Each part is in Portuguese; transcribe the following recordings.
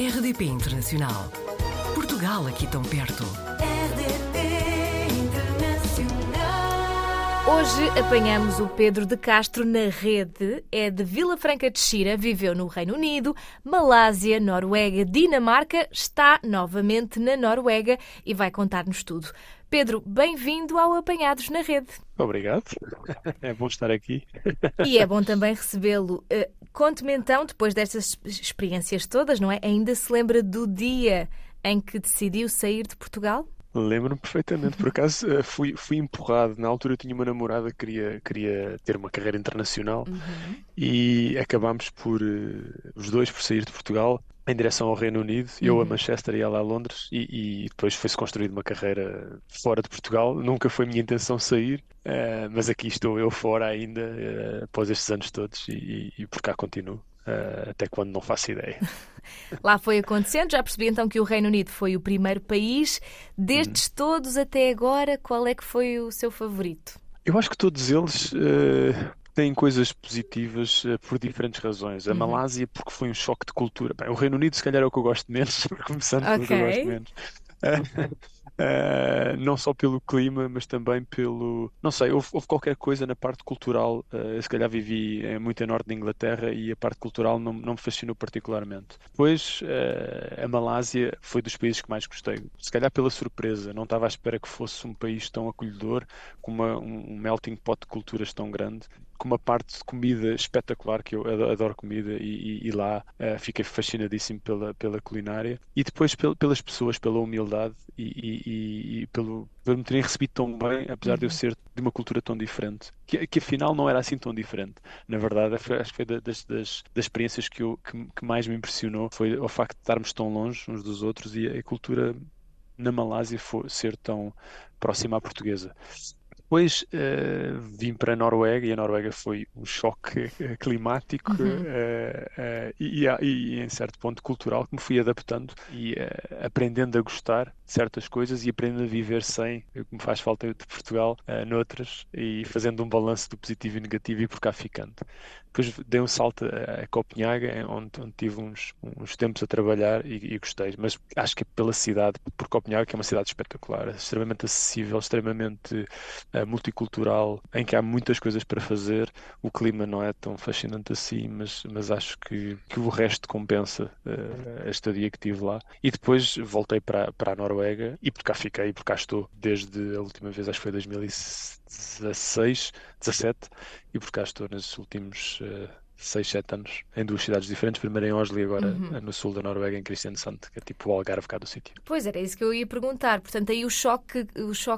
RDP Internacional. Portugal aqui tão perto. RDP Internacional. Hoje apanhamos o Pedro de Castro na rede. É de Vila Franca de Xira, viveu no Reino Unido, Malásia, Noruega, Dinamarca, está novamente na Noruega e vai contar-nos tudo. Pedro, bem-vindo ao Apanhados na Rede. Obrigado, é bom estar aqui. E é bom também recebê-lo. Conte-me então, depois destas experiências todas, não é? Ainda se lembra do dia em que decidiu sair de Portugal? Lembro-me perfeitamente, por acaso fui empurrado. Na altura eu tinha uma namorada que queria ter uma carreira internacional e acabámos por, os dois, por sair de Portugal em direção ao Reino Unido, eu a Manchester e ela a Londres, e depois foi-se construída uma carreira fora de Portugal. Nunca foi minha intenção sair, mas aqui estou eu fora ainda, após estes anos todos, e por cá continuo. Até quando não faço ideia. Lá foi acontecendo, já percebi então que o Reino Unido foi o primeiro país. Destes todos até agora, qual é que foi o seu favorito? Eu acho que todos eles têm coisas positivas por diferentes razões. A Malásia porque foi um choque de cultura. Bem, o Reino Unido se calhar é o que eu gosto menos, começando pelo que eu gosto menos. Não só pelo clima, mas também pelo... Não sei, houve qualquer coisa na parte cultural. Se calhar vivi muito a norte da Inglaterra e a parte cultural não me fascinou particularmente. Depois, a Malásia foi dos países que mais gostei. Se calhar pela surpresa. Não estava à espera que fosse um país tão acolhedor, com um melting pot de culturas tão grande, com uma parte de comida espetacular, que eu adoro comida, e lá fiquei fascinadíssimo pela culinária. E depois pelas pessoas, pela humildade e por me terem recebido tão bem, apesar de eu ser de uma cultura tão diferente, que afinal não era assim tão diferente. Na verdade, acho que foi das experiências que mais me impressionou, foi o facto de estarmos tão longe uns dos outros e a cultura na Malásia ser tão próxima à portuguesa. Depois vim para a Noruega e a Noruega foi um choque climático e em certo ponto cultural, que me fui adaptando e aprendendo a gostar de certas coisas e aprendendo a viver sem, o que me faz falta de Portugal, noutras, e fazendo um balanço do positivo e negativo e por cá ficando. Depois dei um salto a Copenhaga, onde tive uns tempos a trabalhar e gostei, mas acho que é pela cidade, por Copenhaga, que é uma cidade espetacular, extremamente acessível, extremamente multicultural, em que há muitas coisas para fazer. O clima não é tão fascinante assim, mas acho que o resto compensa a estadia que tive lá. E depois voltei para a Noruega e por cá fiquei, por cá estou desde a última vez, acho que foi 2016, 17, e por cá estou nesses últimos 6, 7 anos, em 2 cidades diferentes, primeiro em Oslo e agora no sul da Noruega, em Kristiansand, que é tipo o Algarve cá do sítio. Pois era isso que eu ia perguntar. Portanto, aí o choque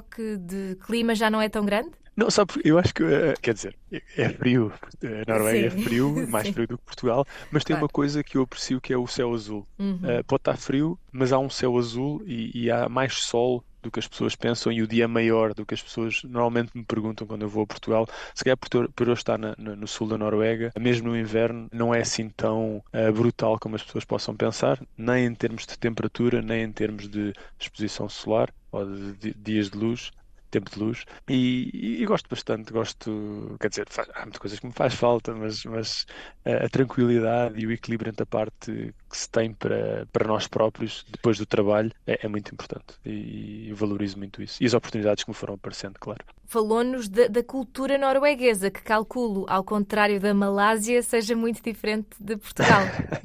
de clima já não é tão grande? Não, sabe, eu acho que, quer dizer, é frio, a Noruega é frio, mais frio do que Portugal, mas tem uma coisa que eu aprecio, que é o céu azul. Pode estar frio, mas há um céu azul e há mais sol do que as pessoas pensam, e o dia é maior do que as pessoas normalmente me perguntam quando eu vou a Portugal. Se calhar por eu estar no sul da Noruega, mesmo no inverno, não é assim tão brutal como as pessoas possam pensar, nem em termos de temperatura, nem em termos de exposição solar ou de dias de luz. Tempo de luz, e gosto bastante, quer dizer, há muitas coisas que me faz falta, mas a tranquilidade e o equilíbrio entre a parte que se tem para nós próprios depois do trabalho é muito importante, e valorizo muito isso, e as oportunidades que me foram aparecendo, claro. Falou-nos da cultura norueguesa, que calculo, ao contrário da Malásia, seja muito diferente de Portugal.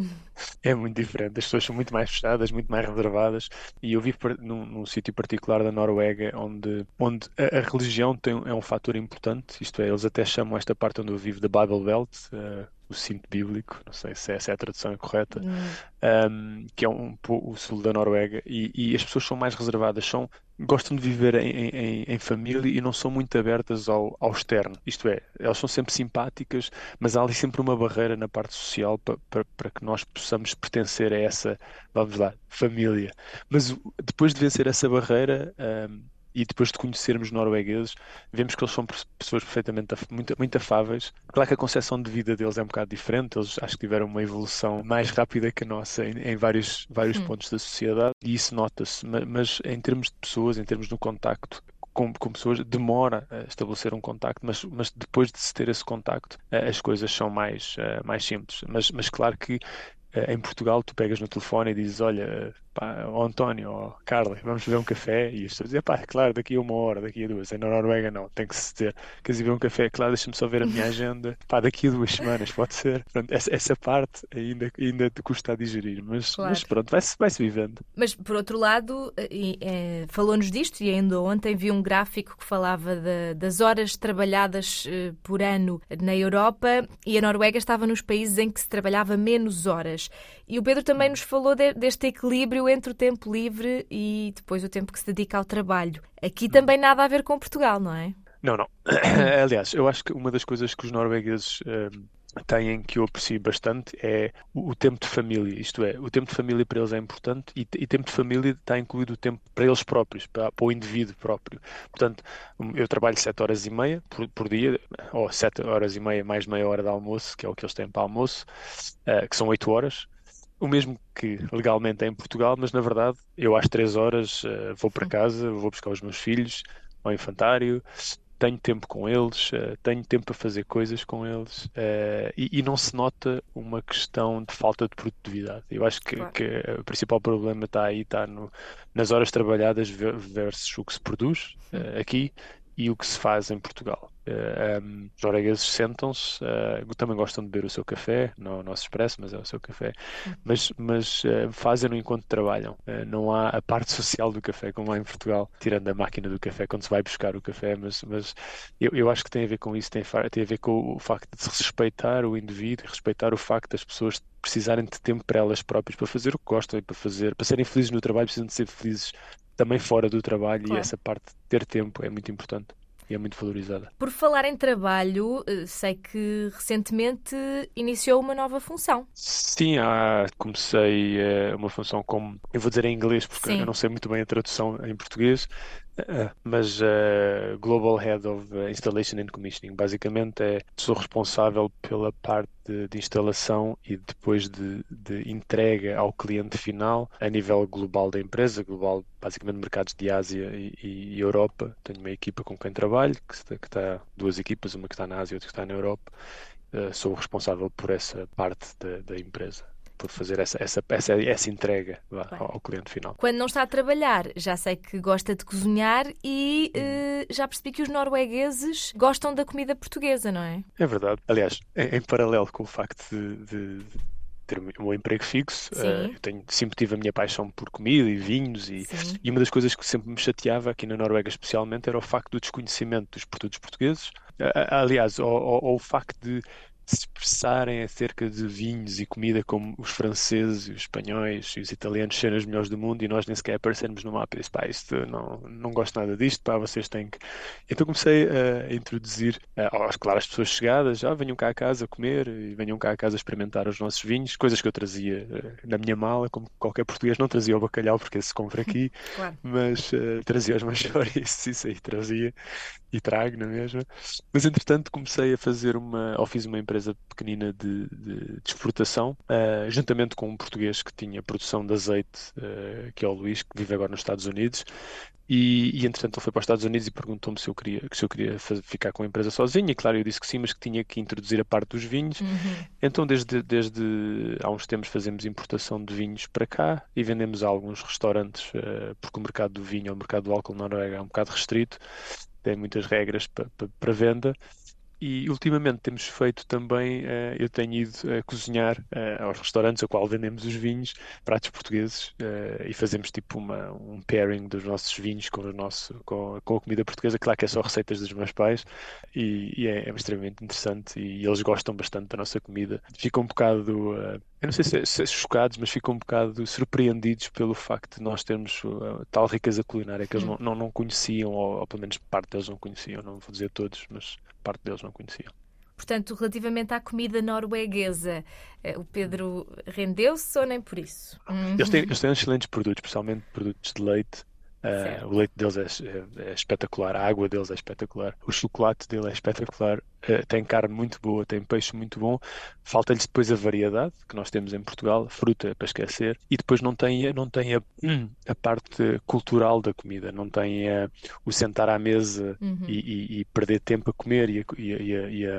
É muito diferente, as pessoas são muito mais fechadas, muito mais reservadas, e eu vivo num sítio particular da Noruega onde a religião é um fator importante, isto é, eles até chamam esta parte onde eu vivo de Bible Belt, o cinto bíblico, não sei se essa é a tradução correta, que é o sul da Noruega, e as pessoas são mais reservadas, gostam de viver em família e não são muito abertas ao externo. Isto é, elas são sempre simpáticas, mas há ali sempre uma barreira na parte social para que nós possamos pertencer a essa, vamos lá, família. Mas depois de vencer essa barreira, e depois de conhecermos noruegueses, vemos que eles são pessoas perfeitamente muito afáveis. Claro que a concepção de vida deles é um bocado diferente, eles acho que tiveram uma evolução mais rápida que a nossa em vários pontos da sociedade, e isso nota-se, mas em termos de pessoas, em termos do contacto com pessoas, demora a estabelecer um contacto, mas depois de se ter esse contacto, as coisas são mais simples. Mas claro que Em Portugal, tu pegas no telefone e dizes, olha, pá, ó António, ó Carla, vamos beber um café, e as pessoas dizem, pá, claro, daqui a 1 hora, daqui a 2. Na Noruega não, tem que se dizer, queres ir beber um café? Claro, deixa-me só ver a minha agenda, pá, daqui a 2 semanas, pode ser. Pronto, essa parte ainda te custa a digerir, mas Claro. pronto, vai-se vivendo. Mas, por outro lado, falou-nos disto, e ainda ontem vi um gráfico que falava das horas trabalhadas por ano na Europa, e a Noruega estava nos países em que se trabalhava menos horas. E o Pedro também nos falou deste equilíbrio entre o tempo livre e depois o tempo que se dedica ao trabalho. Aqui também nada a ver com Portugal, não é? Não, não. Aliás, eu acho que uma das coisas que os noruegueses têm que eu aprecio bastante é o tempo de família. Isto é, o tempo de família para eles é importante e tempo de família está incluído o tempo para eles próprios, para o indivíduo próprio. Portanto, eu trabalho 7 horas e meia por dia, ou 7 horas e meia mais meia hora de almoço, que é o que eles têm para almoço, que são 8 horas. O mesmo que legalmente é em Portugal, mas na verdade eu às 3 horas vou para casa, vou buscar os meus filhos ao infantário, tenho tempo com eles, tenho tempo para fazer coisas com eles, e não se nota uma questão de falta de produtividade. Eu acho que, Claro. que o principal problema está aí, está nas horas trabalhadas versus o que se produz aqui e o que se faz em Portugal. Os noruegueses sentam-se, também gostam de beber o seu café, não o nosso expresso, mas é o seu café, mas fazem-no enquanto trabalham. Não há a parte social do café como há em Portugal, tirando a máquina do café quando se vai buscar o café, mas eu acho que tem a ver com isso, tem a ver com o facto de se respeitar o indivíduo, respeitar o facto das pessoas precisarem de tempo para elas próprias, para fazer o que gostam e para serem felizes no trabalho, precisam de ser felizes também fora do trabalho, e Claro. essa parte de ter tempo é muito importante e é muito valorizada. Por falar em trabalho, sei que recentemente iniciou uma nova função. Sim, comecei uma função como, eu vou dizer em inglês porque Sim. eu não sei muito bem a tradução em português, mas Global Head of Installation and Commissioning. Basicamente sou responsável pela parte de instalação e depois de entrega ao cliente final a nível global da empresa, global, basicamente mercados de Ásia e Europa. Tenho uma equipa com quem trabalho, que está 2 equipas, uma que está na Ásia e outra que está na Europa. Sou o responsável por essa parte da empresa, por fazer essa entrega ao cliente final. Quando não está a trabalhar, já sei que gosta de cozinhar e já percebi que os noruegueses gostam da comida portuguesa, não é? É verdade. Aliás, em paralelo com o facto de ter o meu emprego fixo, Sim. eu sempre tive a minha paixão por comida e vinhos, Sim. e uma das coisas que sempre me chateava aqui na Noruega especialmente era o facto do desconhecimento dos produtos portugueses. Aliás, ou o facto de se expressarem acerca de vinhos e comida como os franceses, os espanhóis e os italianos serem os melhores do mundo, e nós nem sequer aparecermos no mapa e disse, pá, isto não gosto nada disto, pá, vocês têm que... Então comecei a introduzir, claro, as pessoas chegadas, venham cá a casa comer e venham cá a casa experimentar os nossos vinhos, coisas que eu trazia na minha mala, como qualquer português não trazia o bacalhau porque esse se compra aqui, Claro. mas trazia os meus chouriços, isso aí trazia e trago na mesma. Mas entretanto fiz uma empresa pequenina de exportação, juntamente com um português que tinha produção de azeite, que é o Luís, que vive agora nos Estados Unidos. E entretanto ele foi para os Estados Unidos e perguntou-me se eu queria ficar com a empresa sozinho, e claro, eu disse que sim, mas que tinha que introduzir a parte dos vinhos. Então desde há uns tempos fazemos importação de vinhos para cá e vendemos a alguns restaurantes, porque o mercado do vinho, o mercado do álcool na Noruega é um bocado restrito, tem muitas regras para venda. E ultimamente temos feito também, eu tenho ido a cozinhar aos restaurantes a qual vendemos os vinhos, pratos portugueses, e fazemos tipo um pairing dos nossos vinhos com a comida portuguesa. Claro que é só receitas dos meus pais, e é extremamente interessante, e eles gostam bastante da nossa comida. Ficam um bocado, eu não sei se chocados, mas ficam um bocado surpreendidos pelo facto de nós termos tal riqueza culinária que eles não conheciam, ou pelo menos parte deles não conheciam, não vou dizer todos, mas parte deles não conheciam. Portanto, relativamente à comida norueguesa, o Pedro rendeu-se ou nem por isso? Eles têm excelentes produtos, especialmente produtos de leite. O leite deles é espetacular, a água deles é espetacular, o chocolate dele é espetacular, tem carne muito boa, tem peixe muito bom. Falta-lhes depois a variedade que nós temos em Portugal, fruta é para esquecer, e depois não tem a parte cultural da comida, não tem o sentar à mesa e perder tempo a comer,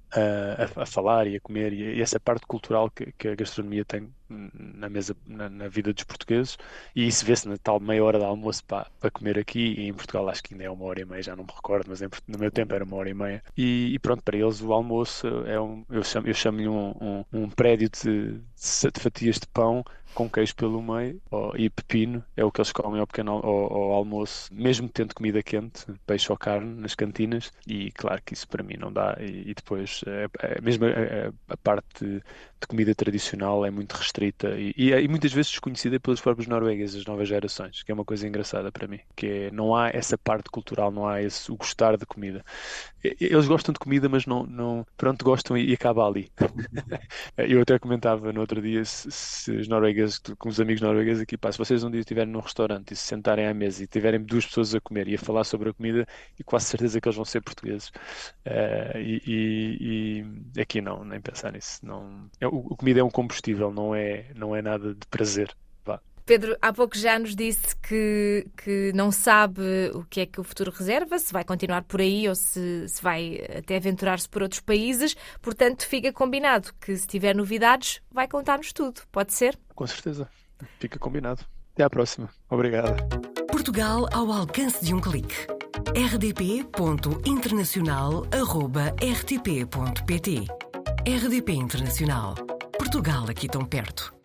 a falar e a comer, e essa parte cultural que a gastronomia tem na mesa, na vida dos portugueses, e isso vê-se na tal meia hora de almoço para comer aqui, e em Portugal acho que ainda é 1h30, já não me recordo, mas no meu tempo era 1h30, e pronto, para eles o almoço eu chamo-lhe um prédio de fatias de pão com queijo pelo meio e pepino, é o que eles comem ao almoço, mesmo tendo comida quente, peixe ou carne nas cantinas, e claro que isso para mim não dá, e depois mesmo a parte de comida tradicional é muito restrita e muitas vezes desconhecida pelos próprios noruegueses, as novas gerações, que é uma coisa engraçada para mim, que não há essa parte cultural, não há o gostar de comida. Eles gostam de comida, mas não pronto, gostam e acaba ali. Eu até comentava no outro dia, se os noruegueses, com os amigos noruegueses aqui, se vocês um dia estiverem num restaurante e se sentarem à mesa e tiverem 2 pessoas a comer e a falar sobre a comida, e quase certeza que eles vão ser portugueses. E aqui não, nem pensar nisso. Não, a comida é um combustível, não é nada de prazer. Vá. Pedro, há pouco já nos disse que não sabe o que é que o futuro reserva, se vai continuar por aí ou se vai até aventurar-se por outros países. Portanto, fica combinado que se tiver novidades, vai contar-nos tudo. Pode ser? Com certeza. Fica combinado. Até à próxima. Obrigado. Portugal ao alcance de um clique. rdp.internacional@rtp.pt. RDP Internacional. Portugal aqui tão perto.